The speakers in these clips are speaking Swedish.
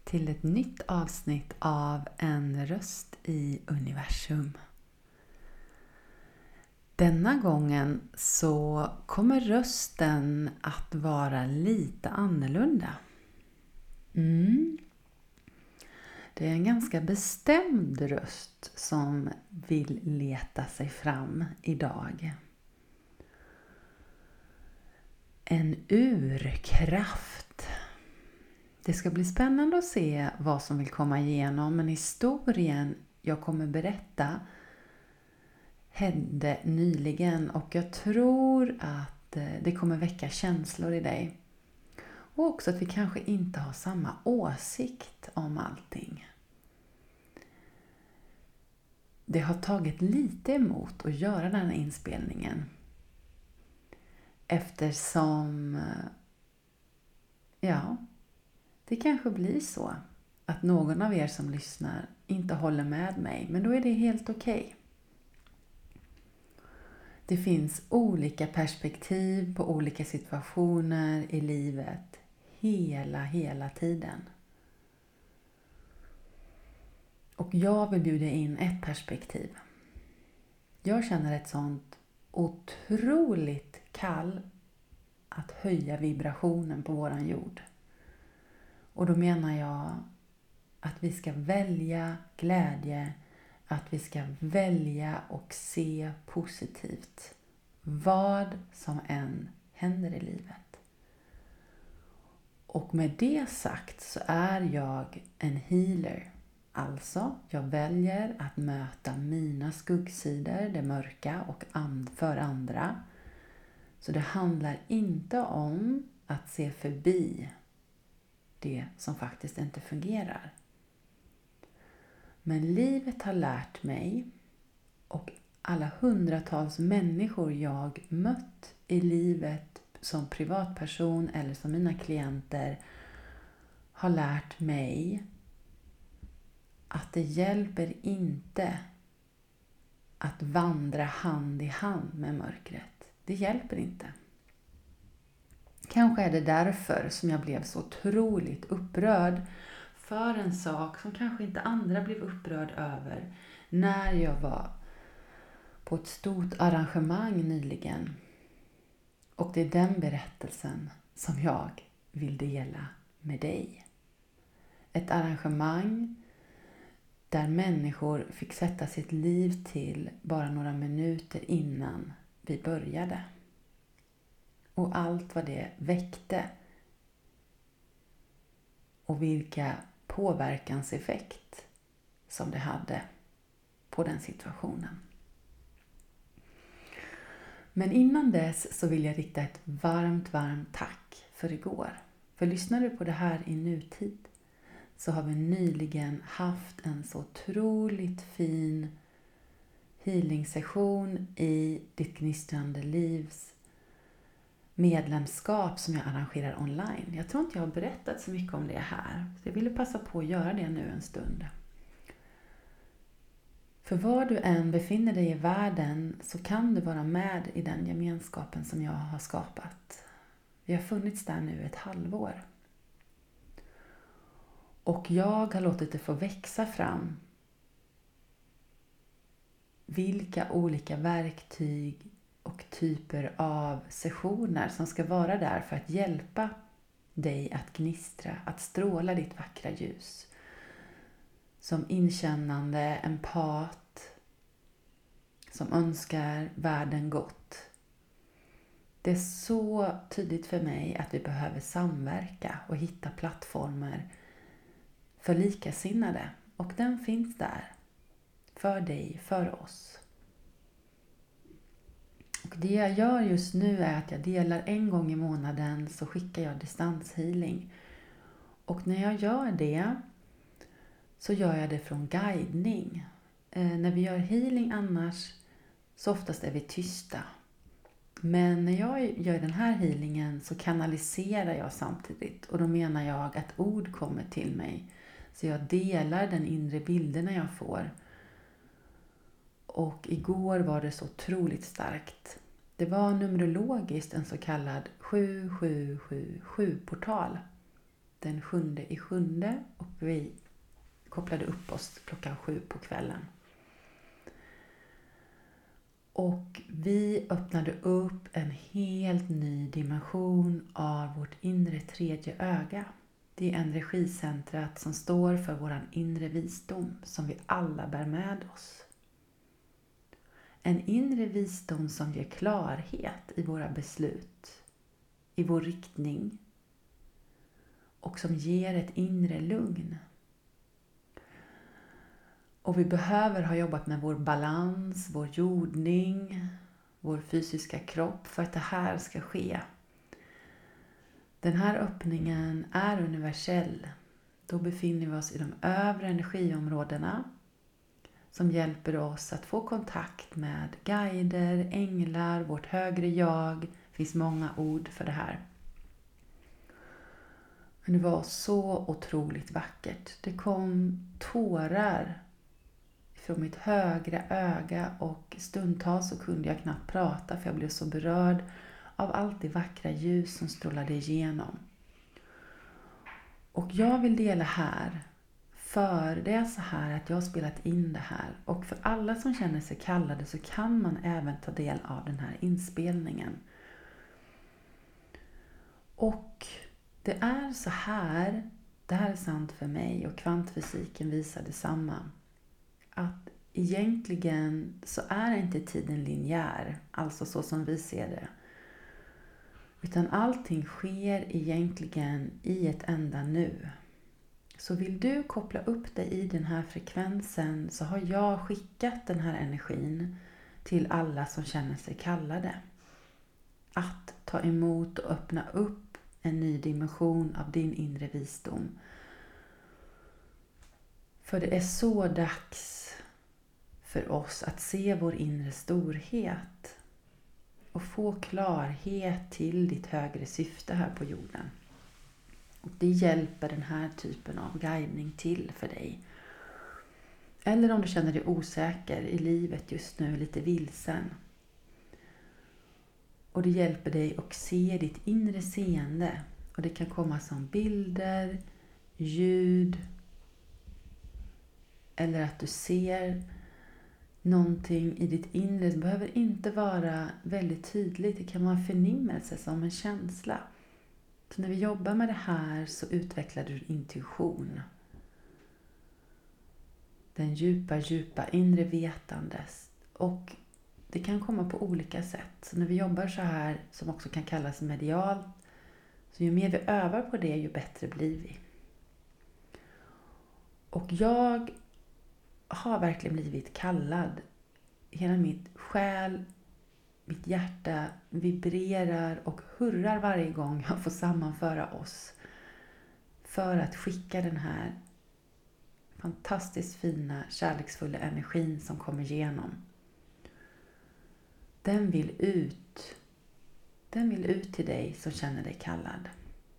till ett nytt avsnitt av En röst i universum. Denna gången så kommer rösten att vara lite annorlunda. Det är en ganska bestämd röst som vill leta sig fram idag. En urkraft. Det ska bli spännande att se vad som vill komma igenom, men historien jag kommer berätta hände nyligen och jag tror att det kommer väcka känslor i dig. Och också att vi kanske inte har samma åsikt om allting. Det har tagit lite emot att göra den här inspelningen. Eftersom, det kanske blir så att någon av er som lyssnar inte håller med mig. Men då är det helt okej. Det finns olika perspektiv på olika situationer i livet hela tiden. Och jag vill bjuda in ett perspektiv. Jag känner ett sånt otroligt kall att höja vibrationen på våran jord. Och då menar jag att vi ska välja glädje, att vi ska välja och se positivt vad som än händer i livet. Och med det sagt så är jag en healer. Alltså, jag väljer att möta mina skuggsidor, det mörka och för andra. Så det handlar inte om att se förbi det som faktiskt inte fungerar. Men livet har lärt mig och alla hundratals människor jag mött i livet som privatperson eller som mina klienter har lärt mig att det hjälper inte att vandra hand i hand med mörkret. Det hjälper inte. Kanske är det därför som jag blev så otroligt upprörd för en sak som kanske inte andra blev upprörd över när jag var på ett stort arrangemang nyligen. Och det är den berättelsen som jag vill dela med dig. Ett arrangemang där människor fick sätta sitt liv till bara några minuter innan vi började. Och allt vad det väckte. Och vilka påverkanseffekt som det hade på den situationen. Men innan dess så vill jag rikta ett varmt tack för igår. För lyssnar du på det här i nutid så har vi nyligen haft en så otroligt fin healing-session i Ditt gnistrande livs medlemskap som jag arrangerar online. Jag tror inte jag har berättat så mycket om det här. Så jag ville passa på att göra det nu en stund. För var du än befinner dig i världen så kan du vara med i den gemenskapen som jag har skapat. Vi har funnits där nu ett halvår. Och jag har låtit det få växa fram vilka olika verktyg och typer av sessioner som ska vara där för att hjälpa dig att gnistra, att stråla ditt vackra ljus. Som inkännande, empat, som önskar världen gott. Det är så tydligt för mig att vi behöver samverka och hitta plattformar för likasinnade. Och den finns där. För dig, för oss. Och det jag gör just nu är att jag delar en gång i månaden så skickar jag distanshealing. Och när jag gör det så gör jag det från guidning. När vi gör healing annars så oftast är vi tysta. Men när jag gör den här healingen så kanaliserar jag samtidigt. Och då menar jag att ord kommer till mig. Så jag delar den inre bilden jag får. Och igår var det så otroligt starkt. Det var numerologiskt en så kallad 7777-portal. den 7/7 och vi kopplade upp oss 7:00 på kvällen. Och vi öppnade upp en helt ny dimension av vårt inre tredje öga. Det är energicentrat som står för vår inre visdom som vi alla bär med oss. En inre visdom som ger klarhet i våra beslut, i vår riktning och som ger ett inre lugn. Och vi behöver ha jobbat med vår balans, vår jordning, vår fysiska kropp för att det här ska ske. Den här öppningen är universell. Då befinner vi oss i de övre energiområdena som hjälper oss att få kontakt med guider, änglar, vårt högre jag. Det finns många ord för det här. Men det var så otroligt vackert. Det kom tårar från mitt högra öga och stundtals så kunde jag knappt prata för jag blev så berörd av allt det vackra ljus som strålade igenom. Och jag vill dela här, för det är så här att jag har spelat in det här. Och för alla som känner sig kallade så kan man även ta del av den här inspelningen. Och det är så här, det här är sant för mig och kvantfysiken visar detsamma. Att egentligen så är inte tiden linjär, alltså så som vi ser det. Utan allting sker egentligen i ett enda nu. Så vill du koppla upp dig i den här frekvensen så har jag skickat den här energin till alla som känner sig kallade. Att ta emot och öppna upp en ny dimension av din inre visdom. För det är så dags för oss att se vår inre storhet och få klarhet till ditt högre syfte här på jorden. Och det hjälper den här typen av guidning till för dig. Eller om du känner dig osäker i livet just nu, lite vilsen. Och det hjälper dig att se ditt inre seende. Och det kan komma som bilder, ljud. Eller att du ser någonting i ditt inre. Det behöver inte vara väldigt tydligt. Det kan vara en förnimmelse som en känsla. Så när vi jobbar med det här så utvecklar du intuition. Den djupa inre vetandes. Och det kan komma på olika sätt. Så när vi jobbar så här, som också kan kallas medialt, så ju mer vi övar på det, ju bättre blir vi. Och jag har verkligen blivit kallad. Hela mitt själ, mitt hjärta vibrerar och hurrar varje gång jag får sammanföra oss. För att skicka den här fantastiskt fina, kärleksfulla energin som kommer igenom. Den vill ut. Den vill ut till dig som känner dig kallad.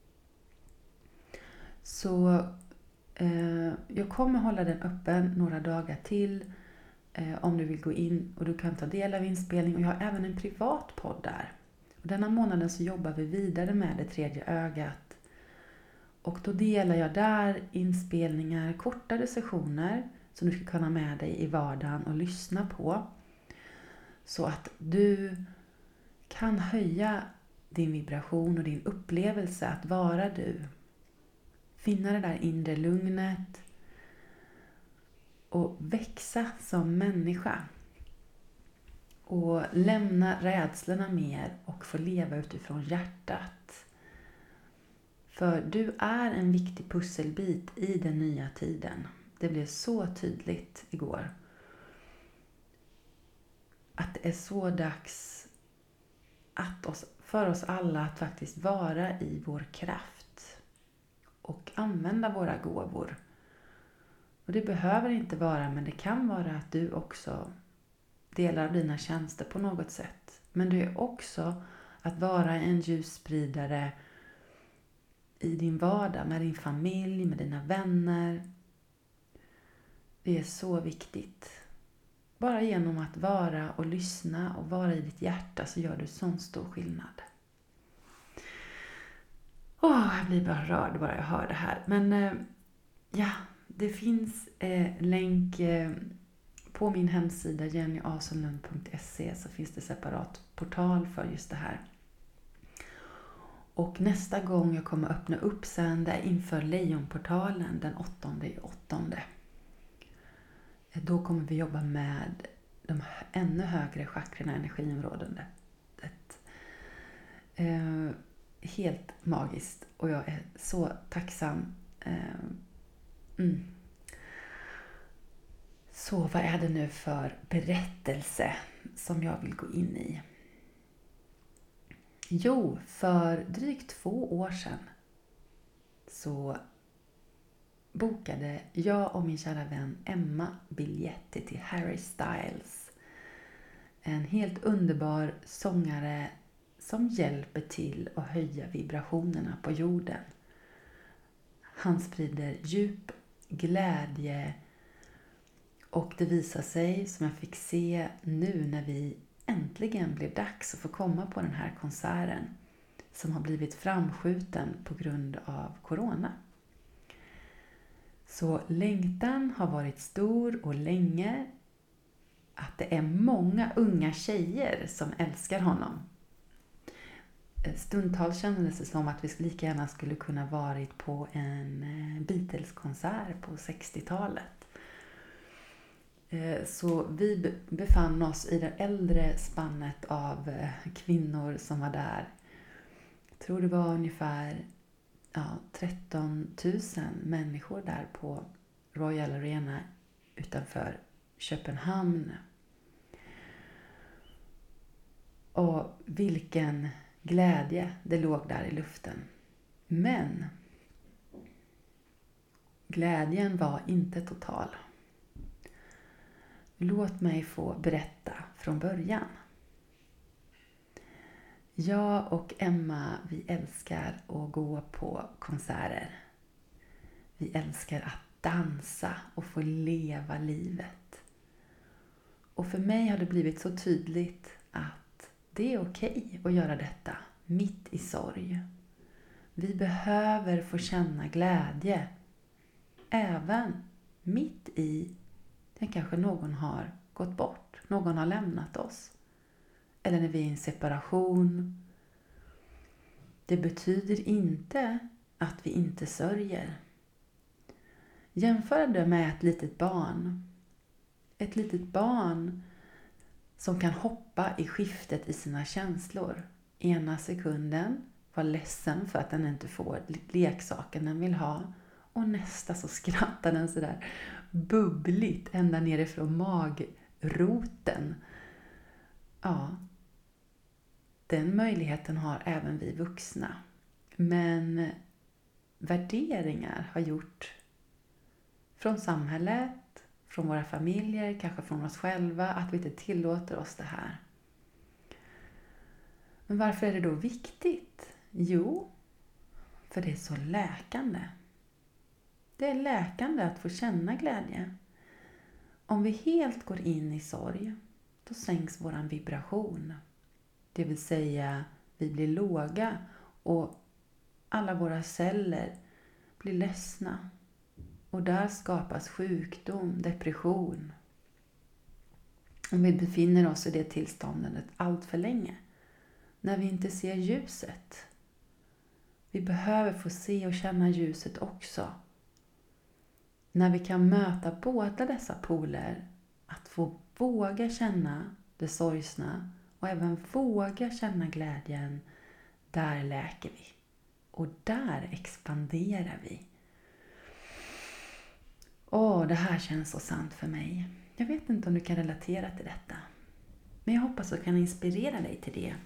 Så jag kommer hålla den öppen några dagar till. Om du vill gå in och du kan ta del av inspelning. Och jag har även en privat podd där. Och denna månaden så jobbar vi vidare med det tredje ögat. Och då delar jag där inspelningar, kortare sessioner som du ska kunna ha med dig i vardagen och lyssna på. Så att du kan höja din vibration och din upplevelse att vara du. Finna det där inre lugnet och växa som människa. Och lämna rädslorna mer och få leva utifrån hjärtat. För du är en viktig pusselbit i den nya tiden. Det blev så tydligt igår. Att det är så dags för oss alla att faktiskt vara i vår kraft. Och använda våra gåvor. Och det behöver inte vara, men det kan vara att du också delar dina tjänster på något sätt. Men det är också att vara en ljusspridare i din vardag, med din familj, med dina vänner. Det är så viktigt. Bara genom att vara och lyssna och vara i ditt hjärta så gör du sån stor skillnad. Jag blir bara rörd bara jag hör det här. Men ja, det finns länk på min hemsida jennyasenlund.se, så finns det separat portal för just det här. Och nästa gång jag kommer öppna upp sen, det är inför Lejonportalen den 8/8. Då kommer vi jobba med de ännu högre chakrorna, energiområdet. Helt magiskt, och jag är så tacksam. Så vad är det nu för berättelse som jag vill gå in i? Jo, för drygt 2 år sedan så bokade jag och min kära vän Emma biljetter till Harry Styles. En helt underbar sångare som hjälper till att höja vibrationerna på jorden. Han sprider djup glädje, och det visar sig, som jag fick se nu när vi äntligen blev dags att få komma på den här konserten som har blivit framskjuten på grund av corona. Så längtan har varit stor och länge, att det är många unga tjejer som älskar honom. Stundtals kändes det som att vi lika gärna skulle kunna varit på en Beatles-konsert på 60-talet. Så vi befann oss i det äldre spannet av kvinnor som var där. Jag tror det var ungefär 13 000 människor där på Royal Arena utanför Köpenhamn. Och vilken glädje det låg där i luften. Men glädjen var inte total. Låt mig få berätta från början. Jag och Emma, vi älskar att gå på konserter. Vi älskar att dansa och få leva livet. Och för mig har det blivit så tydligt att det är okej att göra detta mitt i sorg. Vi behöver få känna glädje även mitt i när kanske någon har gått bort, någon har lämnat oss. Eller när vi är i en separation. Det betyder inte att vi inte sörjer. Jämför det med ett litet barn. Ett litet barn som kan hoppa i skiftet i sina känslor. Ena sekunden var ledsen för att den inte får leksaken den vill ha. Och nästa så skrattar den sådär bubbligt ända nerifrån magroten. Ja, den möjligheten har även vi vuxna. Men värderingar har gjort från samhället, från våra familjer, kanske från oss själva, att vi inte tillåter oss det här. Men varför är det då viktigt? Jo, för det är så läkande. Det är läkande att få känna glädje. Om vi helt går in i sorg, då sänks våran vibration. Det vill säga, vi blir låga och alla våra celler blir ledsna. Och där skapas sjukdom, depression. Om vi befinner oss i det tillståndet allt för länge. När vi inte ser ljuset. Vi behöver få se och känna ljuset också. När vi kan möta båda dessa poler. Att få våga känna det sorgsna. Och även våga känna glädjen. Där läker vi. Och där expanderar vi. Det här känns så sant för mig. Jag vet inte om du kan relatera till detta. Men jag hoppas att jag kan inspirera dig till det.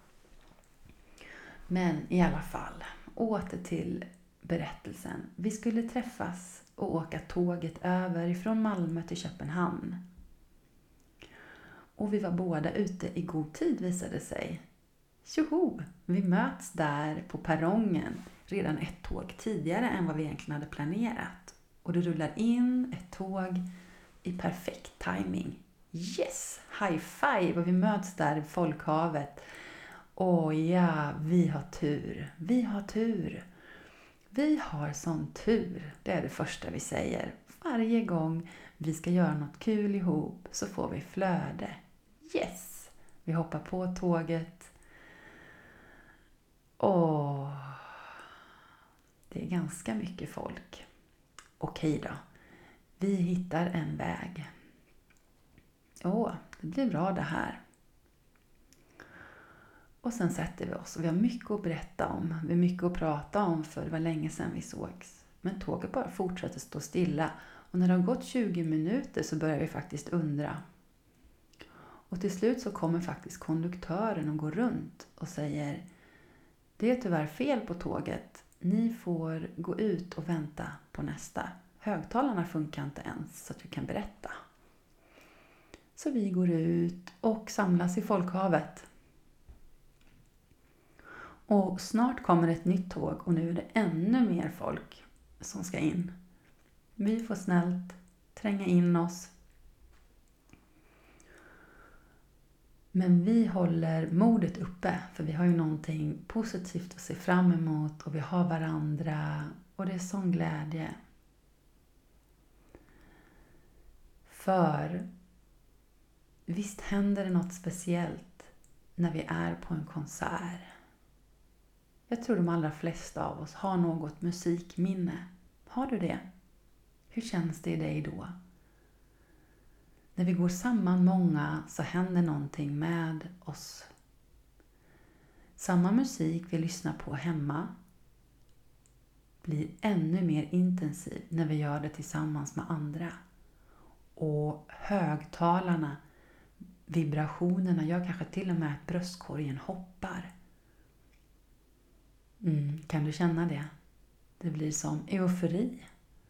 Men i alla fall, åter till berättelsen. Vi skulle träffas och åka tåget över ifrån Malmö till Köpenhamn. Och vi var båda ute i god tid, visade sig. Tjoho! Vi möts där på perrongen redan ett tåg tidigare än vad vi egentligen hade planerat. Och det rullar in ett tåg i perfekt timing. Yes! High five! Och vi möts där i folkhavet. Ja, vi har tur. Vi har tur. Vi har sån tur. Det är det första vi säger. Varje gång vi ska göra något kul ihop så får vi flöde. Yes! Vi hoppar på tåget. Det är ganska mycket folk. Okej då. Vi hittar en väg. Det blir bra det här. Och sen sätter vi oss och vi har mycket att berätta om. Vi har mycket att prata om för det var länge sedan vi sågs. Men tåget bara fortsätter stå stilla. Och när det har gått 20 minuter så börjar vi faktiskt undra. Och till slut så kommer faktiskt konduktören och går runt och säger: det är tyvärr fel på tåget. Ni får gå ut och vänta på nästa. Högtalarna funkar inte ens så att vi kan berätta. Så vi går ut och samlas i folkhavet. Och snart kommer ett nytt tåg och nu är det ännu mer folk som ska in. Vi får snällt tränga in oss. Men vi håller modet uppe för vi har ju någonting positivt att se fram emot och vi har varandra och det är sån glädje. För visst händer det något speciellt när vi är på en konsert. Jag tror de allra flesta av oss har något musikminne. Har du det? Hur känns det i dig då? När vi går samman många så händer någonting med oss. Samma musik vi lyssnar på hemma blir ännu mer intensiv när vi gör det tillsammans med andra. Och högtalarna, vibrationerna gör kanske till och med att bröstkorgen hoppar. Kan du känna det? Det blir som eufori.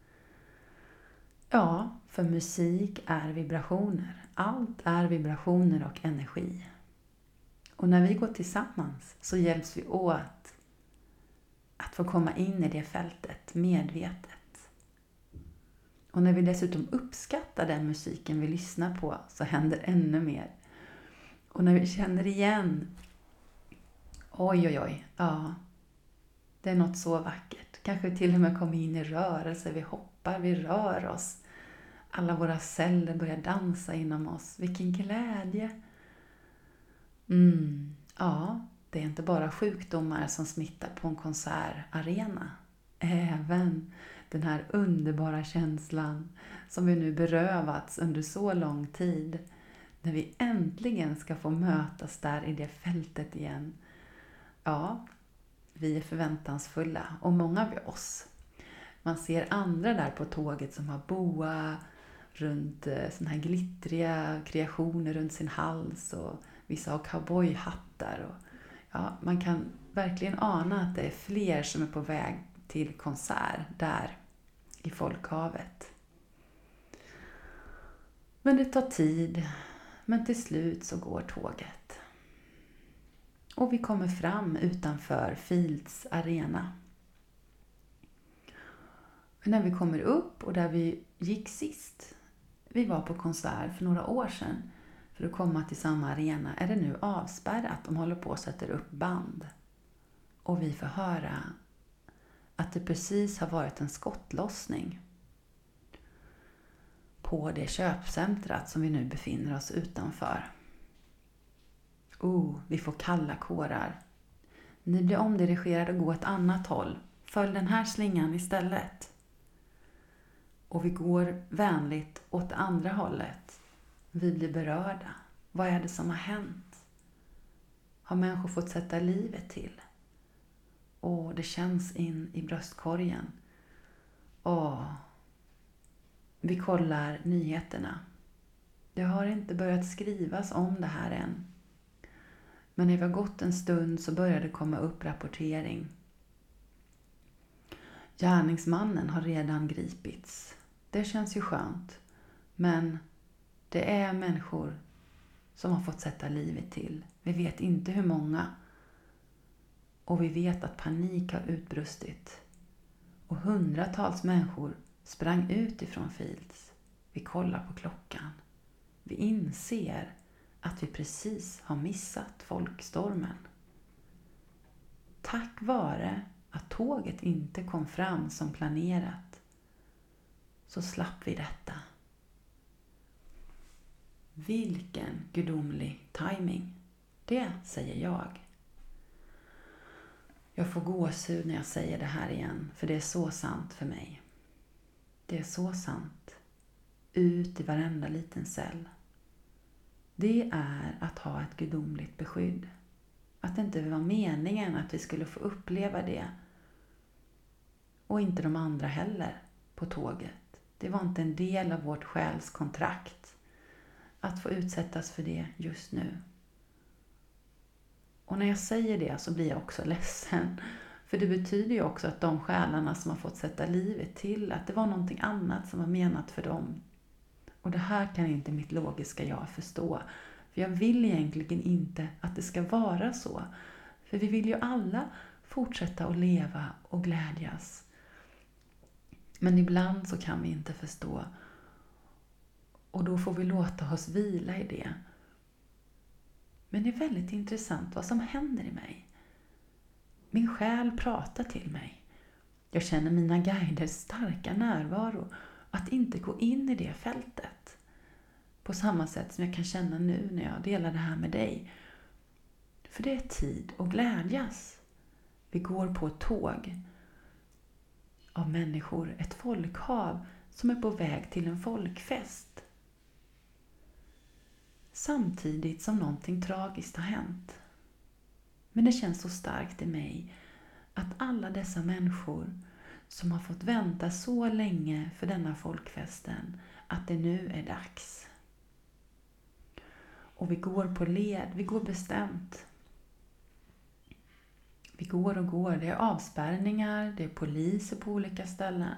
Ja, för musik är vibrationer. Allt är vibrationer och energi. Och när vi går tillsammans så hjälps vi åt att få komma in i det fältet medvetet. Och när vi dessutom uppskattar den musiken vi lyssnar på så händer ännu mer. Och när vi känner igen, ja, det är något så vackert. Kanske vi till och med kommer in i rörelse, vi hoppar, vi rör oss. Alla våra celler börjar dansa inom oss. Vilken glädje! Ja, det är inte bara sjukdomar som smittar på en konsertarena. Även den här underbara känslan som vi nu berövats under så lång tid. När vi äntligen ska få mötas där i det fältet igen. Ja, vi är förväntansfulla och många av oss. Man ser andra där på tåget som har boa runt såna här glittriga kreationer runt sin hals och vissa har cowboyhattar. Och, ja, man kan verkligen ana att det är fler som är på väg till konsert där i folkhavet. Men det tar tid, men till slut så går tåget. Och vi kommer fram utanför Fields arena. När vi kommer upp och där vi gick sist, vi var på konsert för några år sedan för att komma till samma arena, är det nu avspärrat. De håller på att sätta upp band. Och vi får höra att det precis har varit en skottlossning på det köpcentrat som vi nu befinner oss utanför. Vi får kalla kårar. Ni blir omdirigerade och gå ett annat håll. Följ den här slingan istället. Och vi går vänligt åt det andra hållet. Vi blir berörda. Vad är det som har hänt? Har människor fått sätta livet till? Och det känns in i bröstkorgen. Vi kollar nyheterna. Det har inte börjat skrivas om det här än. Men när vi har gått en stund så börjar det komma upp rapportering. Gärningsmannen har redan gripits. Det känns ju skönt. Men det är människor som har fått sätta livet till. Vi vet inte hur många. Och vi vet att panik har utbrustit. Och hundratals människor sprang ut ifrån Fields. Vi kollar på klockan. Vi inser att vi precis har missat folkstormen. tack vare att tåget inte kom fram som planerat så slapp vi detta. Vilken gudomlig timing. Det säger jag. Jag får gåshud när jag säger det här igen, för det är så sant för mig. Det är så sant. Ut i varenda liten cell. Det är att ha ett gudomligt beskydd. Att det inte var meningen att vi skulle få uppleva det. Och inte de andra heller på tåget. Det var inte en del av vårt själskontrakt att få utsättas för det just nu. Och när jag säger det så blir jag också ledsen. För det betyder ju också att de själarna som har fått sätta livet till, att det var någonting annat som var menat för dem. Och det här kan inte mitt logiska jag förstå. För jag vill egentligen inte att det ska vara så. För vi vill ju alla fortsätta att leva och glädjas. Men ibland så kan vi inte förstå. Och då får vi låta oss vila i det. Men det är väldigt intressant vad som händer i mig. Min själ pratar till mig. Jag känner mina guiders starka närvaro. Att inte gå in i det fältet. På samma sätt som jag kan känna nu när jag delar det här med dig. För det är tid att glädjas. Vi går på ett tåg av människor. Ett folkhav som är på väg till en folkfest. Samtidigt som någonting tragiskt har hänt. Men det känns så starkt i mig att alla dessa människor som har fått vänta så länge för denna folkfesten, att det nu är dags. Och vi går på led, vi går bestämt. Vi går och går, det är avspärrningar, det är poliser på olika ställen.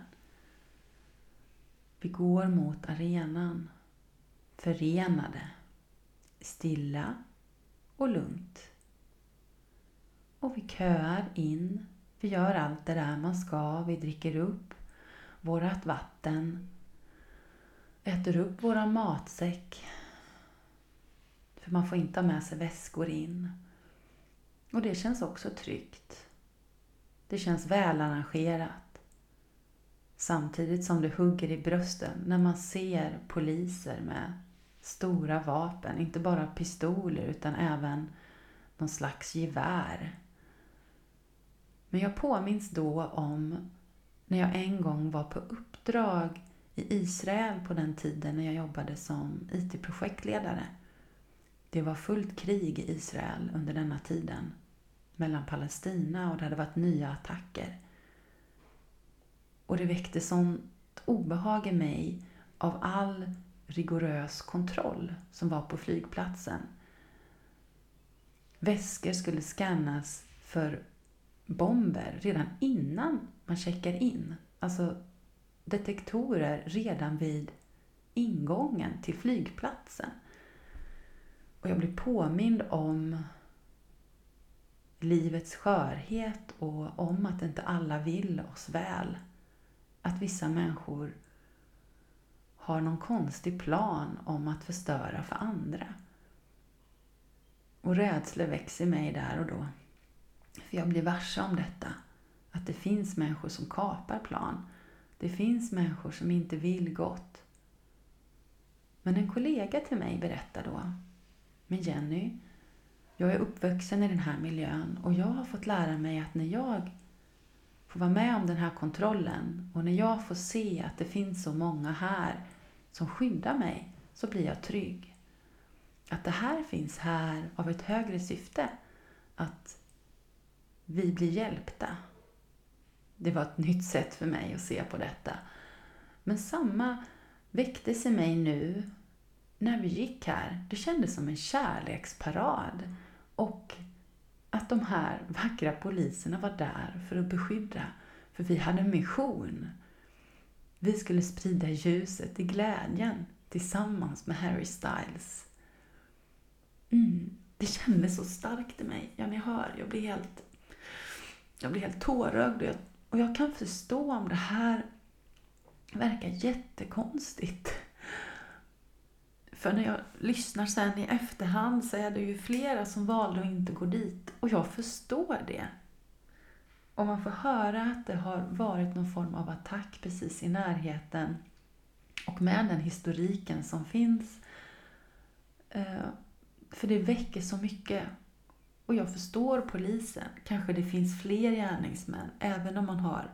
Vi går mot arenan, förenade, stilla och lugnt. Och vi köar in, vi gör allt det där man ska, vi dricker upp vårat vatten, äter upp våra matsäck. För man får inte ha med sig väskor in. Och det känns också tryggt. Det känns välarrangerat. Samtidigt som det hugger i brösten när man ser poliser med stora vapen. Inte bara pistoler utan även någon slags gevär. Men jag påminns då om när jag en gång var på uppdrag i Israel på den tiden när jag jobbade som IT-projektledare. Det var fullt krig i Israel under denna tiden mellan Palestina och det hade varit nya attacker. Och det väckte sånt obehag i mig av all rigorös kontroll som var på flygplatsen. Väskor skulle scannas för bomber redan innan man checkar in. Alltså detektorer redan vid ingången till flygplatsen. Och jag blir påmind om livets skörhet och om att inte alla vill oss väl. Att vissa människor har någon konstig plan om att förstöra för andra. Och rädsla växer i mig där och då. För jag blir varse om detta. Att det finns människor som kapar plan. Det finns människor som inte vill gott. Men en kollega till mig berättar då. Men Jenny, jag är uppvuxen i den här miljön och jag har fått lära mig att när jag får vara med om den här kontrollen och när jag får se att det finns så många här som skyddar mig så blir jag trygg. Att det här finns här av ett högre syfte. Att vi blir hjälpta. Det var ett nytt sätt för mig att se på detta. Men samma väcktes i mig nu när vi gick här. Det kändes som en kärleksparad. Och att de här vackra poliserna var där för att beskydda. För vi hade en mission. Vi skulle sprida ljuset i glädjen tillsammans med Harry Styles. Det kändes så starkt i mig. Ja, ni hör, jag blir helt tårögd. Och jag kan förstå om det här verkar jättekonstigt. För när jag lyssnar sen i efterhand så är det ju flera som valde att inte gå dit. Och jag förstår det. Och man får höra att det har varit någon form av attack precis i närheten. Och med den historiken som finns. För det väcker så mycket. Och jag förstår polisen. Kanske det finns fler gärningsmän. Även om man har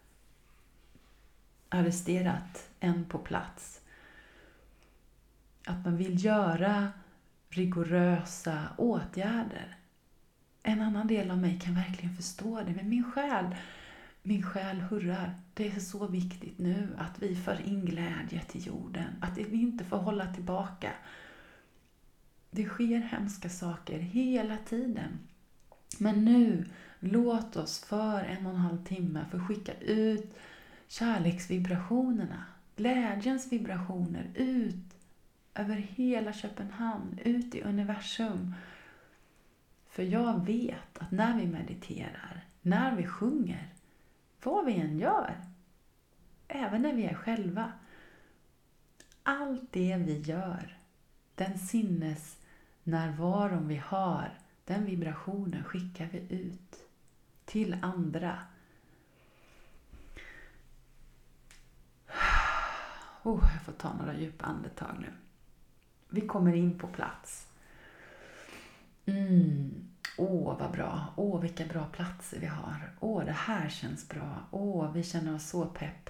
arresterat en på plats. Att man vill göra rigorösa åtgärder. En annan del av mig kan verkligen förstå det. Men min själ hurrar. Det är så viktigt nu att vi för in glädje till jorden. Att vi inte får hålla tillbaka. Det sker hemska saker hela tiden. Men nu, låt oss för 1,5 timme få skicka ut kärleksvibrationerna. Glädjens vibrationer ut över hela Köpenhamn, ut i universum. För jag vet att när vi mediterar, när vi sjunger, vad vi än gör, även när vi är själva, allt det vi gör, den sinnesnärvaron vi har, den vibrationen skickar vi ut till andra. Jag får ta några djupa andetag nu. Vi kommer in på plats. Vad bra. Vilka bra platser vi har. Det här känns bra. Vi känner oss så pepp.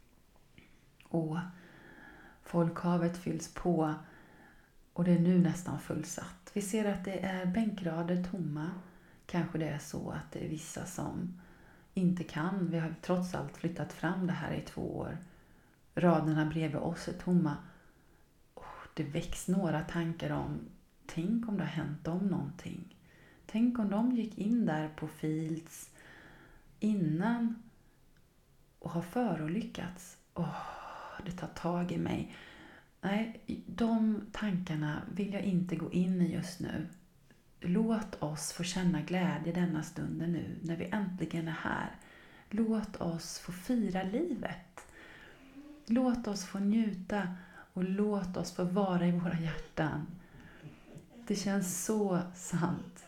Folkhavet fylls på. Och det är nu nästan fullsatt. Vi ser att det är bänkrader tomma. Kanske det är så att det är vissa som inte kan. Vi har trots allt flyttat fram det här i 2 år. Raderna bredvid oss är tomma. Det väcks några tankar om, tänk om det har hänt dem någonting. Tänk om de gick in där på Fields innan och har förolyckats. Det tar tag i mig. Nej, de tankarna vill jag inte gå in i just nu. Låt oss få känna glädje denna stunden nu när vi äntligen är här. Låt oss få fira livet. Låt oss få njuta och låt oss få vara i våra hjärtan. Det känns så sant.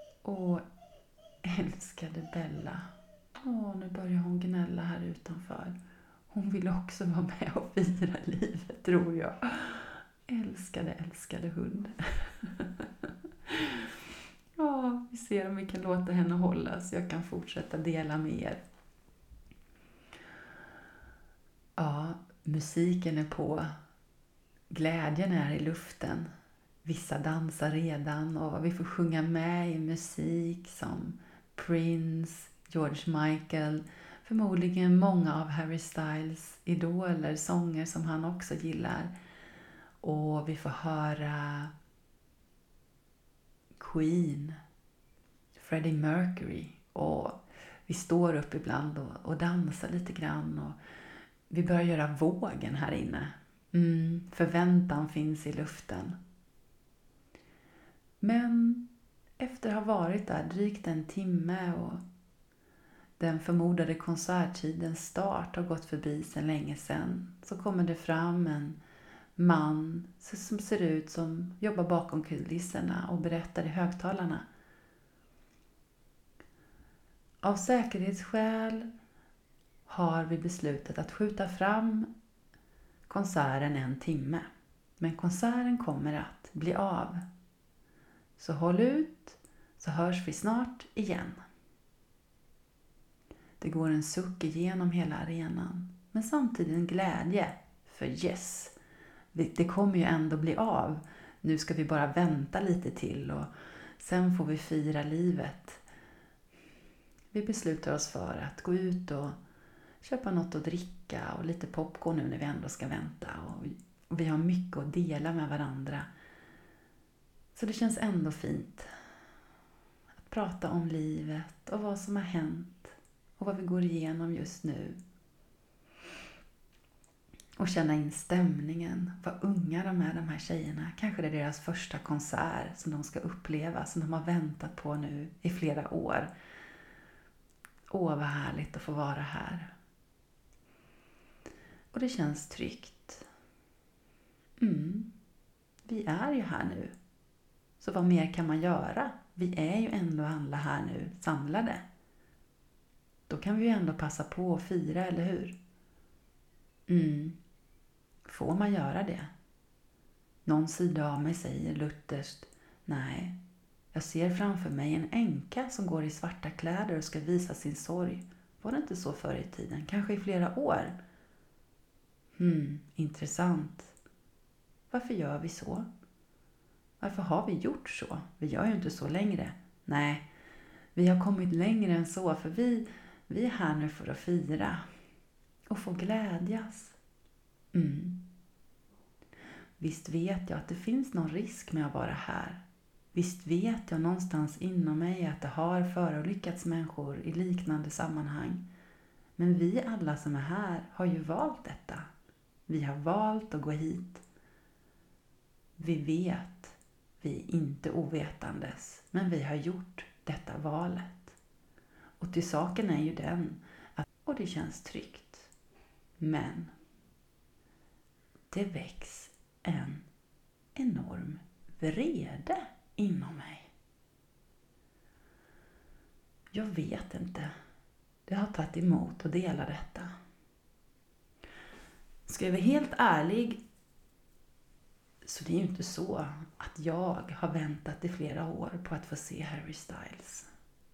Älskade Bella. Nu börjar hon gnälla här utanför. Hon vill också vara med och fira livet, tror jag. Älskade hund. Vi ser om vi kan låta henne hålla så jag kan fortsätta dela med er. Musiken är på. Glädjen är i luften. Vissa dansar redan och vi får sjunga med i musik som Prince, George Michael, förmodligen många av Harry Styles idoler, sånger som han också gillar. Och vi får höra Queen, Freddie Mercury, och vi står upp ibland och dansar lite grann och vi börjar göra vågen här inne. Förväntan finns i luften. Men efter att ha varit där drygt 1 timme och den förmodade konserttidens start har gått förbi sedan länge sedan, så kommer det fram en man som ser ut som jobbar bakom kulisserna och berättar i högtalarna. Av säkerhetsskäl har vi beslutat att skjuta fram konserten 1 timme. Men konserten kommer att bli av. Så håll ut, så hörs vi snart igen. Det går en suck igenom hela arenan. Men samtidigt en glädje. För yes, det kommer ju ändå bli av. Nu ska vi bara vänta lite till och sen får vi fira livet. Vi beslutar oss för att gå ut och köpa något att dricka och lite popcorn nu när vi ändå ska vänta. Och vi har mycket att dela med varandra. Så det känns ändå fint att prata om livet och vad som har hänt och vad vi går igenom just nu. Och känna in stämningen, vad unga de här tjejerna. Kanske det är deras första konsert som de ska uppleva, som de har väntat på nu i flera år. Vad härligt att få vara här. Och det känns tryggt. Vi är ju här nu. Så vad mer kan man göra? Vi är ju ändå alla här nu samlade. då kan vi ju ändå passa på att fira, eller hur? Får man göra det? Någon sida av mig säger lutherskt, nej, jag ser framför mig en änka som går i svarta kläder och ska visa sin sorg. Var det inte så förr i tiden? Kanske i flera år? Intressant. Varför gör vi så? Varför har vi gjort så? Vi gör ju inte så längre. Nej, vi har kommit längre än så, för vi är här nu för att fira och få glädjas. Visst vet jag att det finns någon risk med att vara här. Visst vet jag någonstans inom mig att det har förolyckats människor i liknande sammanhang. Men vi alla som är här har ju valt detta. Vi har valt att gå hit. Vi vet, vi är inte ovetandes, men vi har gjort detta valet. Och till saken är ju den, och det känns tryggt. Men det väcks en enorm vrede inom mig. Jag vet inte. Det har tagit emot att dela detta. Ska jag vara helt ärlig, så det är ju inte så att jag har väntat i flera år på att få se Harry Styles.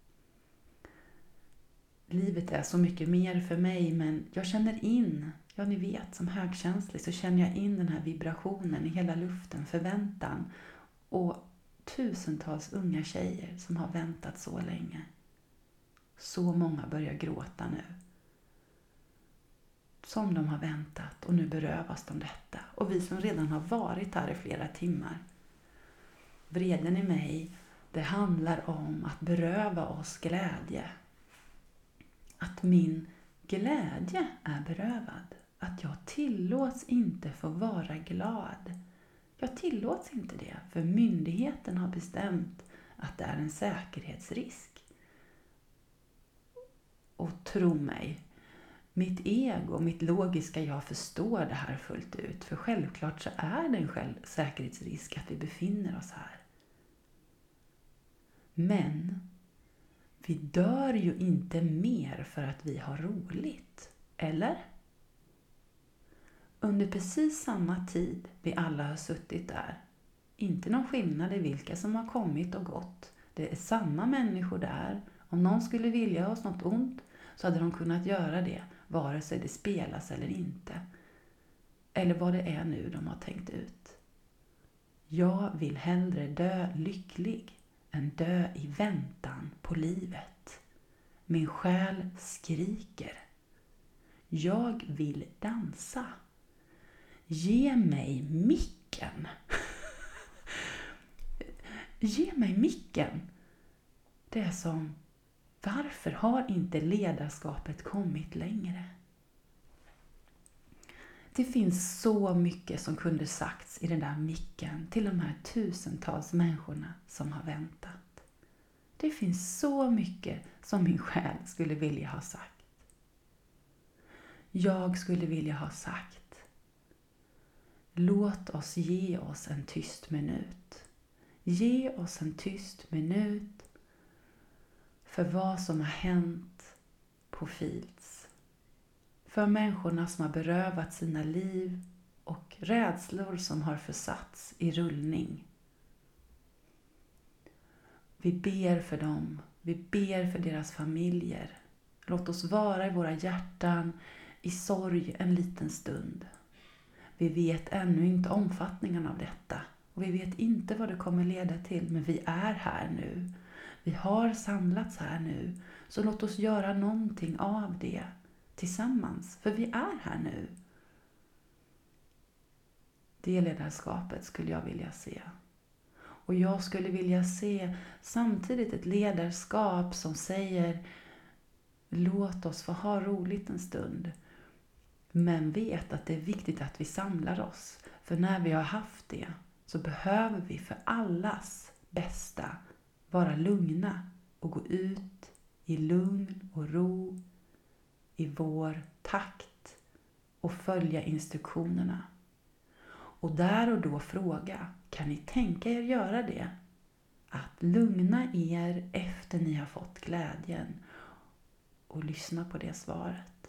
Livet är så mycket mer för mig, men jag känner in, ja ni vet, som högkänslig så känner jag in den här vibrationen i hela luften, förväntan, och tusentals unga tjejer som har väntat så länge. Så många börjar gråta nu. Som de har väntat, och nu berövas de detta. Och vi som redan har varit här i flera timmar. Vreden i mig, det handlar om att beröva oss glädje. Att min glädje är berövad. Att jag tillåts inte få vara glad. Jag tillåts inte det, för myndigheten har bestämt att det är en säkerhetsrisk. Och tro mig, mitt ego, mitt logiska jag förstår det här fullt ut. För självklart så är det en säkerhetsrisk att vi befinner oss här. Men vi dör ju inte mer för att vi har roligt, eller? Under precis samma tid vi alla har suttit där. Inte någon skillnad i vilka som har kommit och gått. Det är samma människor där. Om någon skulle vilja oss något ont så hade de kunnat göra det, vare sig det spelas eller inte. Eller vad det är nu de har tänkt ut. Jag vill hellre dö lycklig än dö i väntan på livet. Min själ skriker. Jag vill dansa. Ge mig micken. Ge mig micken. Det är som, varför har inte ledarskapet kommit längre? Det finns så mycket som kunde sagts i den där micken till de här tusentals människorna som har väntat. Det finns så mycket som min själ skulle vilja ha sagt. Jag skulle vilja ha sagt: låt oss ge oss en tyst minut. Ge oss en tyst minut för vad som har hänt på Fields. För människorna som har berövat sina liv och rädslor som har försatts i rullning. Vi ber för dem. Vi ber för deras familjer. Låt oss vara i våra hjärtan i sorg en liten stund. Vi vet ännu inte omfattningen av detta. Och vi vet inte vad det kommer leda till. Men vi är här nu. Vi har samlats här nu. Så låt oss göra någonting av det tillsammans. För vi är här nu. Det ledarskapet skulle jag vilja se. Och jag skulle vilja se samtidigt ett ledarskap som säger: låt oss få ha roligt en stund. Men vet att det är viktigt att vi samlar oss. För när vi har haft det så behöver vi för allas bästa vara lugna och gå ut i lugn och ro i vår takt och följa instruktionerna. Och där och då fråga: kan ni tänka er göra det? Att lugna er efter ni har fått glädjen och lyssna på det svaret.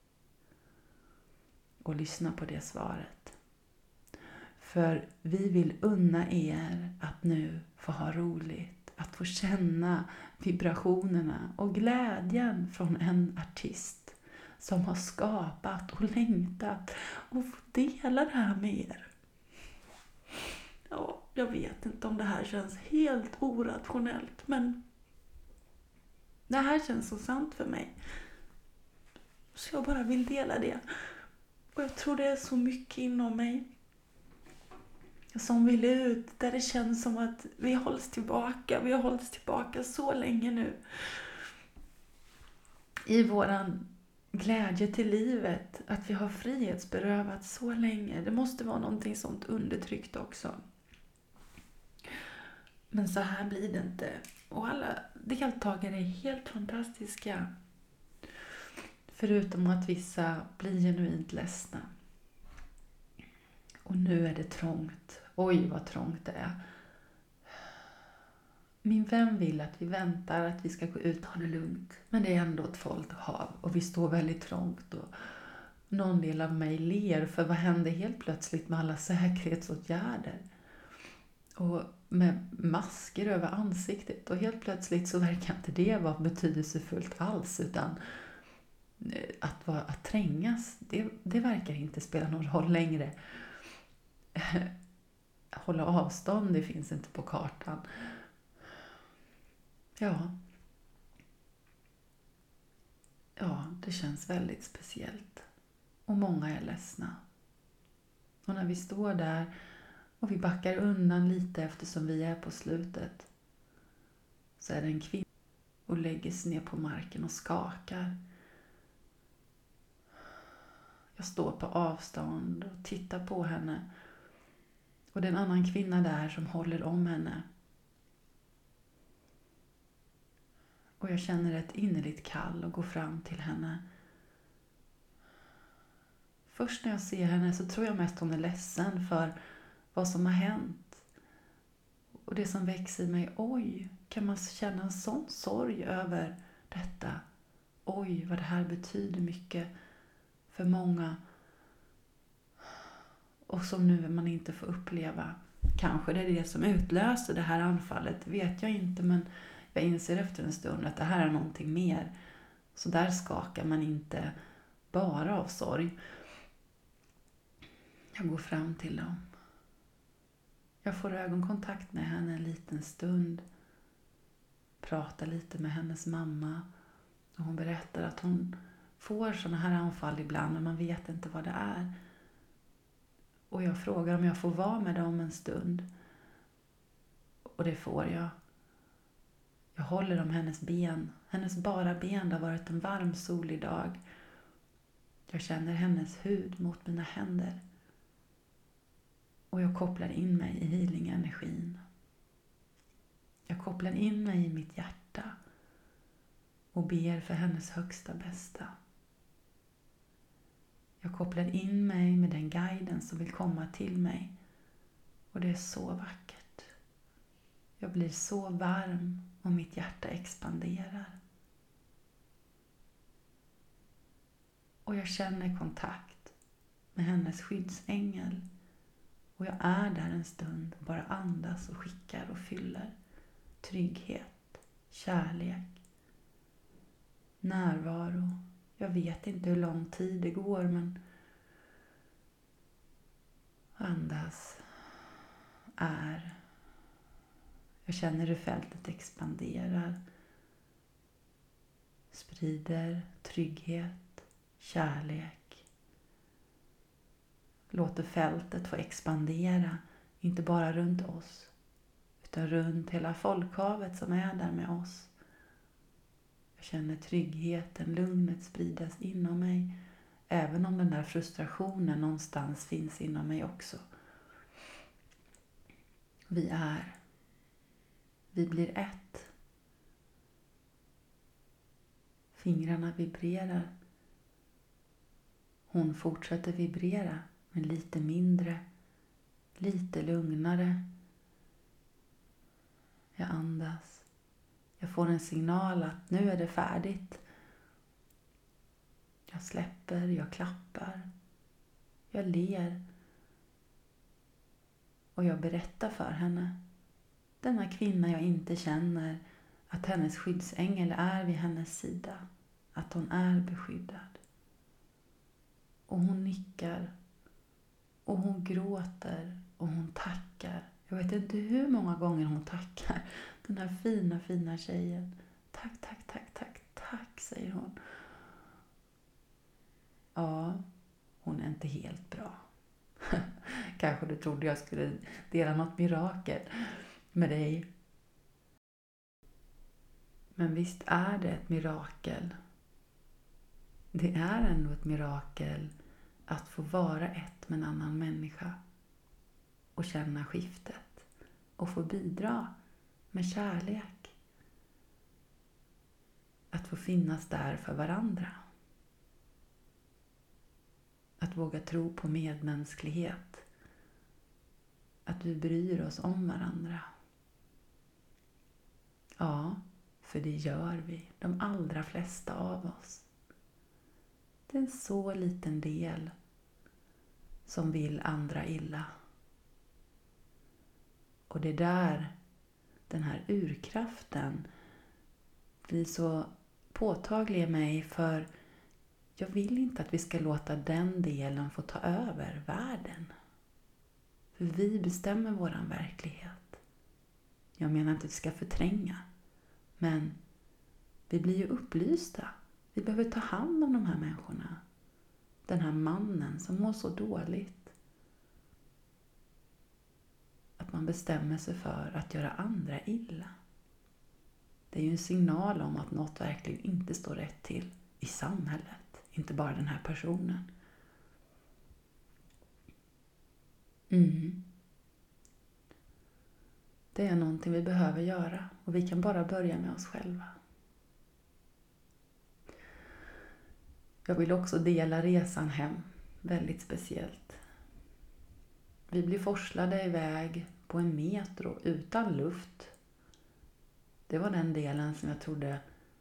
Och lyssna på det svaret. För vi vill unna er att nu få ha roligt. Att få känna vibrationerna och glädjen från en artist som har skapat och längtat och få dela det här med er. Ja, jag vet inte om det här känns helt orationellt, men det här känns så sant för mig. Så jag bara vill dela det. Och jag tror det är så mycket inom mig som vill ut, där det känns som att vi hålls tillbaka. Vi har hållits tillbaka så länge nu. I våran glädje till livet, att vi har frihetsberövat så länge. Det måste vara någonting sånt undertryckt också. Men så här blir det inte. Och alla deltagare är helt fantastiska. Förutom att vissa blir genuint ledsna. Och nu är det trångt. Oj, vad trångt det är. Min vän vill att vi väntar, att vi ska gå ut och ha det lugnt. Men det är ändå ett fullt hav och vi står väldigt trångt. Och någon del av mig ler, för vad hände helt plötsligt med alla säkerhetsåtgärder? Och med masker över ansiktet. Och helt plötsligt så verkar inte det vara betydelsefullt alls, utan att trängas, det verkar inte spela någon roll längre. Hålla avstånd, det finns inte på kartan. Ja, det känns väldigt speciellt. Och många är ledsna. Och när vi står där och vi backar undan lite eftersom vi är på slutet, så är det en kvinna och lägger sig ner på marken och skakar. Jag står på avstånd och tittar på henne. Och det är en annan kvinna där som håller om henne. Och jag känner ett innerligt kall och går fram till henne. Först när jag ser henne så tror jag mest hon är ledsen för vad som har hänt. Och det som växer i mig, oj, kan man känna en sån sorg över detta? Oj, vad det här betyder mycket för många. Och som nu man inte får uppleva. Kanske det är det som utlöser det här anfallet, vet jag inte. Men jag inser efter en stund att det här är någonting mer. Så där skakar man inte bara av sorg. Jag går fram till dem. Jag får ögonkontakt med henne en liten stund. Pratar lite med hennes mamma. Och hon berättar att hon får såna här anfall ibland, men man vet inte vad det är. Och jag frågar om jag får vara med dem en stund. Och det får jag. Jag håller om hennes ben. Hennes bara ben. Det har varit en varm solig dag. Jag känner hennes hud mot mina händer. Och jag kopplar in mig i healing-energin. Jag kopplar in mig i mitt hjärta. Och ber för hennes högsta bästa. Jag kopplar in mig med den guiden som vill komma till mig. Och det är så vackert. Jag blir så varm och mitt hjärta expanderar. Och jag känner kontakt med hennes skyddsängel. Och jag är där en stund och bara andas och skickar och fyller. Trygghet, kärlek, närvaro. Jag vet inte hur lång tid det går, men andas, är. Jag känner hur fältet expanderar. Sprider trygghet, kärlek. Låter fältet få expandera, inte bara runt oss, utan runt hela folkhavet som är där med oss. Jag känner tryggheten, lugnet spridas inom mig. Även om den där frustrationen någonstans finns inom mig också. Vi blir ett. Fingrarna vibrerar. Hon fortsätter vibrera, men lite mindre. Lite lugnare. Jag andas. Jag får en signal att nu är det färdigt. Jag släpper, jag klappar, jag ler. Och jag berättar för henne, denna kvinna jag inte känner, att hennes skyddsängel är vid hennes sida. Att hon är beskyddad. Och hon nickar. Och hon gråter. Och hon tackar. Jag vet inte hur många gånger hon tackar. Den här fina, fina tjejen. Tack, tack, tack, tack, tack, säger hon. Ja, hon är inte helt bra. Kanske du trodde jag skulle dela något mirakel med dig. Men visst är det ett mirakel. Det är ändå ett mirakel att få vara ett med en annan människa. Och känna skiftet. Och få bidra med kärlek. Att få finnas där för varandra. Att våga tro på medmänsklighet. Att vi bryr oss om varandra. Ja, för det gör vi. De allra flesta av oss. Det är en så liten del som vill andra illa. Och det är där den här urkraften blir så påtaglig i mig, för jag vill inte att vi ska låta den delen få ta över världen. För vi bestämmer våran verklighet. Jag menar inte att vi ska förtränga. Men vi blir ju upplysta. Vi behöver ta hand om de här människorna. Den här mannen som mår så dåligt. Att man bestämmer sig för att göra andra illa. Det är ju en signal om att något verkligen inte står rätt till i samhället. Inte bara den här personen. Det är någonting vi behöver göra. Och vi kan bara börja med oss själva. Jag vill också dela resan hem. Väldigt speciellt. Vi blir forslade iväg på en metro utan luft. Det var den delen som jag trodde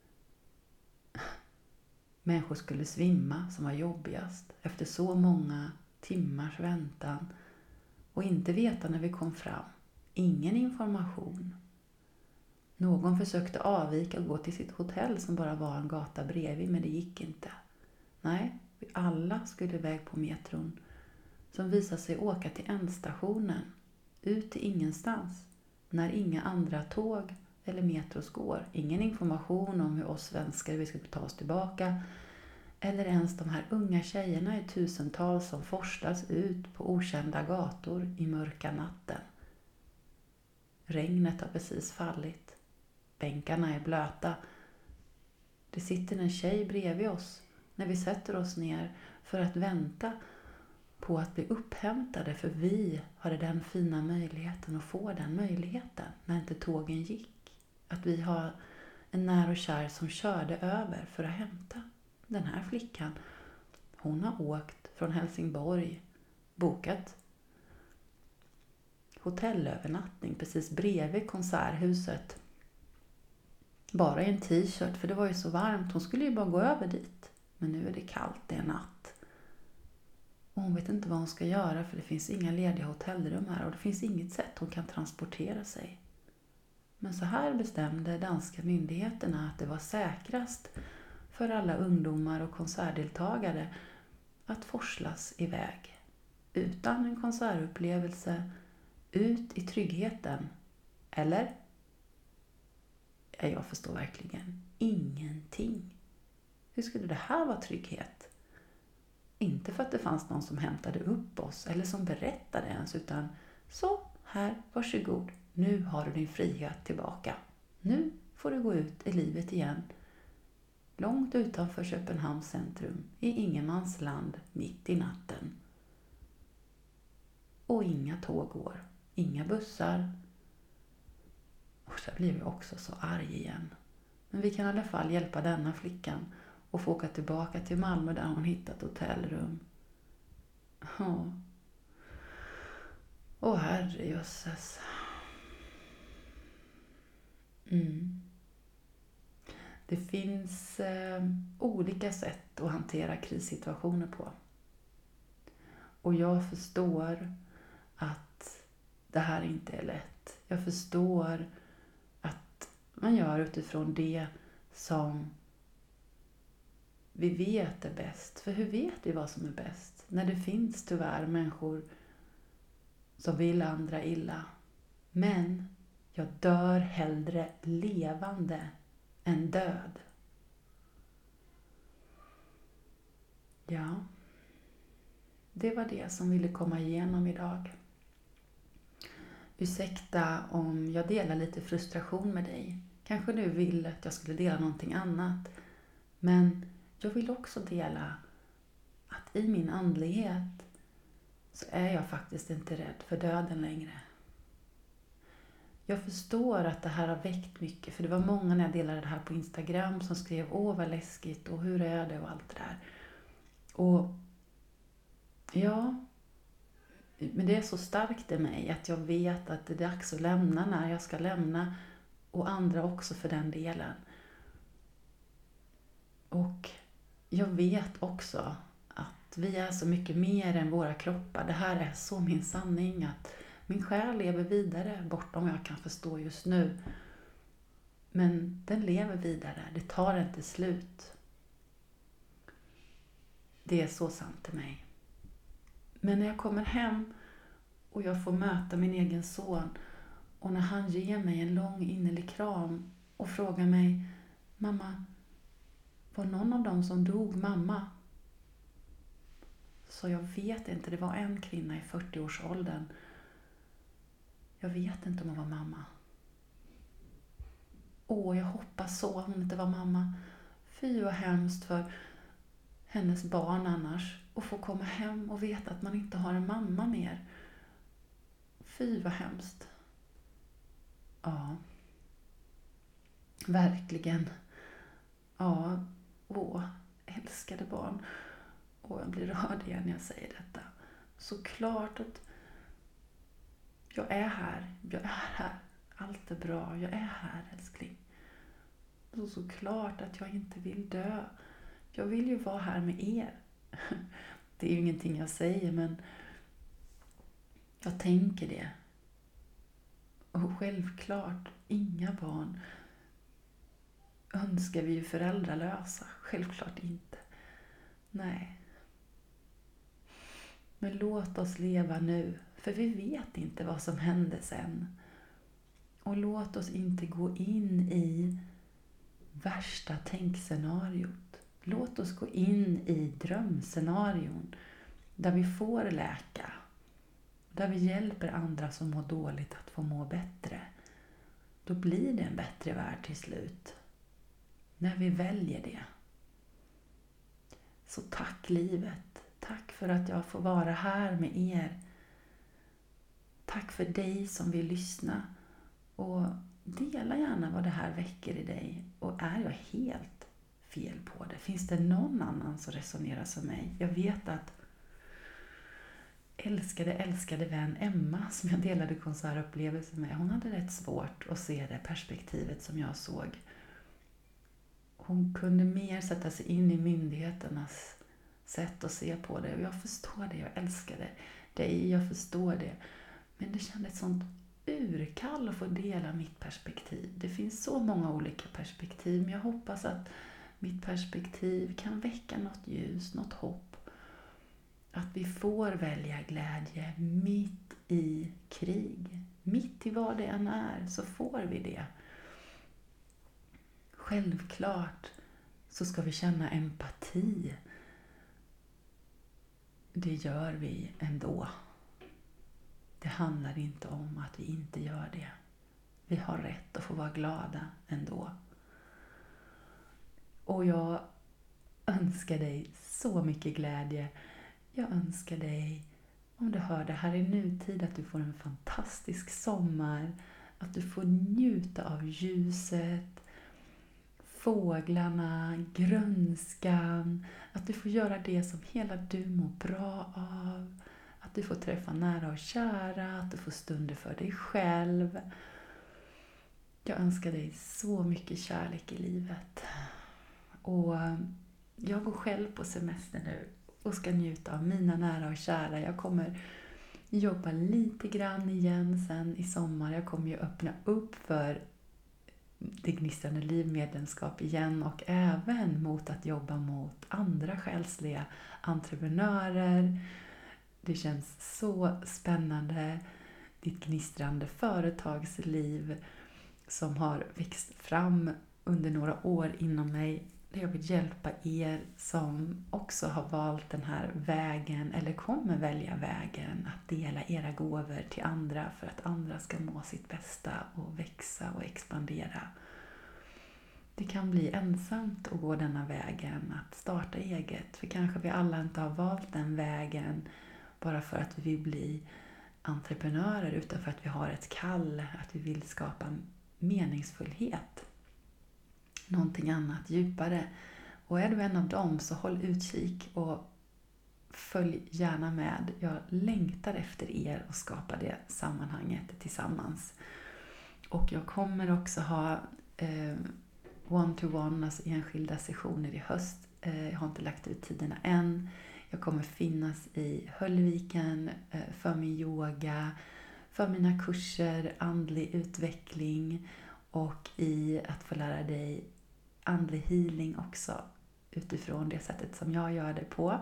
människor skulle svimma, som var jobbigast. Efter så många timmars väntan. Och inte veta när vi kom fram. Ingen information. Någon försökte avvika och gå till sitt hotell som bara var en gata bredvid, men det gick inte. Nej, vi alla skulle iväg på metron som visade sig åka till ändstationen, ut till ingenstans, när inga andra tåg eller metros går. Ingen information om hur oss svenskar vi skulle ta oss tillbaka, eller ens de här unga tjejerna i tusentals som forslas ut på okända gator i mörka natten. Regnet har precis fallit. Bänkarna är blöta. Det sitter en tjej bredvid oss när vi sätter oss ner för att vänta på att bli upphämtade, för vi hade den fina möjligheten att få den möjligheten när inte tågen gick. Att vi har en när och kär som körde över för att hämta. Den här flickan, hon har åkt från Helsingborg, bokat hotellövernattning precis bredvid konserthuset. Bara i en t-shirt, för det var ju så varmt. Hon skulle ju bara gå över dit. Men nu är det kallt, det är natt. Och hon vet inte vad hon ska göra, för det finns inga lediga hotellrum här. Och det finns inget sätt hon kan transportera sig. Men så här bestämde danska myndigheterna att det var säkrast för alla ungdomar och konsertdeltagare att forslas iväg. Utan en konsertupplevelse, ut i tryggheten. Eller? Jag förstår verkligen ingenting. Hur skulle det här vara trygghet? Inte för att det fanns någon som hämtade upp oss eller som berättade ens, utan så här, varsågod. Nu har du din frihet tillbaka. Nu får du gå ut i livet igen. Långt utanför Köpenhamns centrum, i ingenmansland, mitt i natten. Och inga tåg går, inga bussar. Och så blir vi också så arg igen. Men vi kan i alla fall hjälpa denna flickan och få åka tillbaka till Malmö där hon hittat hotellrum. Ja. Åh herrejösses. Det finns olika sätt att hantera krissituationer på. Och jag förstår att det här inte är lätt. Jag förstår att man gör utifrån det som vi vet är bäst. För hur vet vi vad som är bäst? När det finns tyvärr människor som vill andra illa. Men jag dör hellre levande än död. Ja, det var det som ville komma igenom idag. Ursäkta om jag delar lite frustration med dig. Kanske du vill att jag skulle dela någonting annat. Men jag vill också dela att i min andlighet så är jag faktiskt inte rädd för döden längre. Jag förstår att det här har väckt mycket. För det var många när jag delade det här på Instagram som skrev åh vad läskigt och hur är det och allt det där. Och ja, men det är så starkt i mig att jag vet att det är dags att lämna när jag ska lämna. Och andra också för den delen. Och jag vet också att vi är så mycket mer än våra kroppar. Det här är så min sanning att min själ lever vidare bortom vad jag kan förstå just nu. Men den lever vidare. Det tar inte slut. Det är så sant till mig. Men när jag kommer hem och jag får möta min egen son och när han ger mig en lång innerlig kram och frågar mig mamma, var någon av dem som dog mamma? Så jag vet inte, det var en kvinna i 40-årsåldern. Jag vet inte om hon var mamma. Jag hoppas så hon inte var mamma. Fy vad hemskt för hennes barn annars. Och få komma hem och veta att man inte har en mamma mer. Fy vad hemskt. Ja. Verkligen. Ja. Älskade barn. Och jag blir rörd igen när jag säger detta. Såklart att jag är här. Jag är här. Allt är bra. Jag är här, älskling. Och såklart att jag inte vill dö. Jag vill ju vara här med er. Det är ju ingenting jag säger, men jag tänker det. Och självklart, inga barn önskar vi ju föräldralösa. Självklart inte. Nej. Men låt oss leva nu. För vi vet inte vad som händer sen. Och låt oss inte gå in i värsta tänkscenariot. Låt oss gå in i drömscenarion. Där vi får läka. Där vi hjälper andra som mår dåligt att få må bättre. Då blir det en bättre värld till slut. När vi väljer det. Så tack livet. Tack för att jag får vara här med er. Tack för dig som vill lyssna. Och dela gärna vad det här väcker i dig. Och är jag helt fel på det? Finns det någon annan som resonerar som mig? Jag vet att älskade vän Emma som jag delade konsertupplevelser med. Hon hade rätt svårt att se det perspektivet som jag såg. Hon kunde mer sätta sig in i myndigheternas sätt att se på det. Och jag förstår det, jag älskade dig, jag förstår det. Men det kändes sånt urkall att få dela mitt perspektiv. Det finns så många olika perspektiv, men jag hoppas att mitt perspektiv kan väcka något ljus, något hopp. Att vi får välja glädje mitt i krig. Mitt i vad det än är så får vi det. Självklart så ska vi känna empati. Det gör vi ändå. Det handlar inte om att vi inte gör det. Vi har rätt att få vara glada ändå. Och jag önskar dig så mycket glädje. Jag önskar dig, om du hör det här i nutid, att du får en fantastisk sommar. Att du får njuta av ljuset, fåglarna, grönskan. Att du får göra det som hela du mår bra av. Att du får träffa nära och kära, att du får stunder för dig själv. Jag önskar dig så mycket kärlek i livet. Och jag går själv på semester nu och ska njuta av mina nära och kära. Jag kommer jobba lite grann igen sen i sommar. Jag kommer ju öppna upp för det gnistrande livmedlemskap igen och även mot att jobba mot andra själsliga entreprenörer. Det känns så spännande. Ditt gnistrande företagsliv som har växt fram under några år inom mig. Jag vill hjälpa er som också har valt den här vägen eller kommer välja vägen att dela era gåvor till andra för att andra ska må sitt bästa och växa och expandera. Det kan bli ensamt att gå denna vägen, att starta eget. För kanske vi alla inte har valt den vägen bara för att vi vill bli entreprenörer utan för att vi har ett kall, att vi vill skapa meningsfullhet. Någonting annat djupare. Och är du en av dem så håll utkik och följ gärna med. Jag längtar efter er och skapa det sammanhanget tillsammans. Och jag kommer också ha one-to-one, alltså enskilda sessioner i höst. Jag har inte lagt ut tiderna än. Jag kommer finnas i Höllviken för min yoga, för mina kurser, andlig utveckling och i att få lära dig andlig healing också utifrån det sättet som jag gör det på.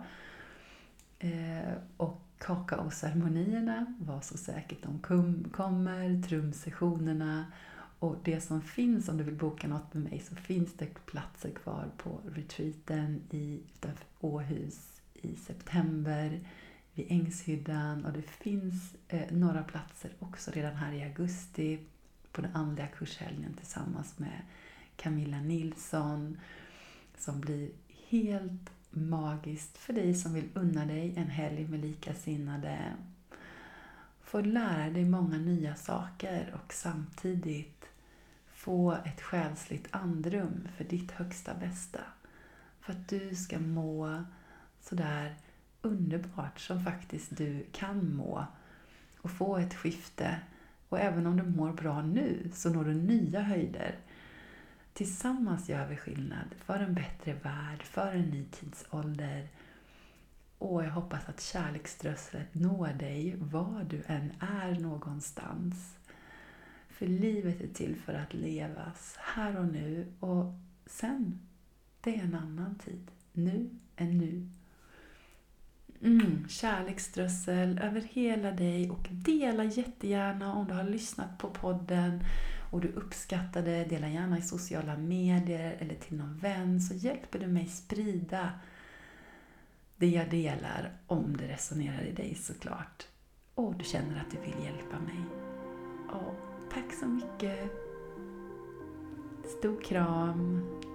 Och kakao-ceremonierna, var så säkert de kommer, trumsessionerna och det som finns, om du vill boka något med mig så finns det platser kvar på retreaten utanför Åhus i september vid Ängshyddan och det finns några platser också redan här i augusti på den andliga kurshelgen tillsammans med Camilla Nilsson som blir helt magiskt för dig som vill unna dig en helg med likasinnade. Få lära dig många nya saker och samtidigt få ett själsligt andrum för ditt högsta bästa. För att du ska må sådär underbart som faktiskt du kan må och få ett skifte. Och även om du mår bra nu så når du nya höjder. Tillsammans gör vi skillnad för en bättre värld, för en ny tidsålder. Och jag hoppas att kärleksströsslet når dig var du än är någonstans. För livet är till för att levas här och nu och sen, det är en annan tid. Nu är nu. Kärleksströssel över hela dig och dela jättegärna om du har lyssnat på podden och du uppskattar det. Dela gärna i sociala medier eller till någon vän så hjälper du mig sprida det jag delar om det resonerar i dig såklart. Och du känner att du vill hjälpa mig. Tack så mycket. Stor kram.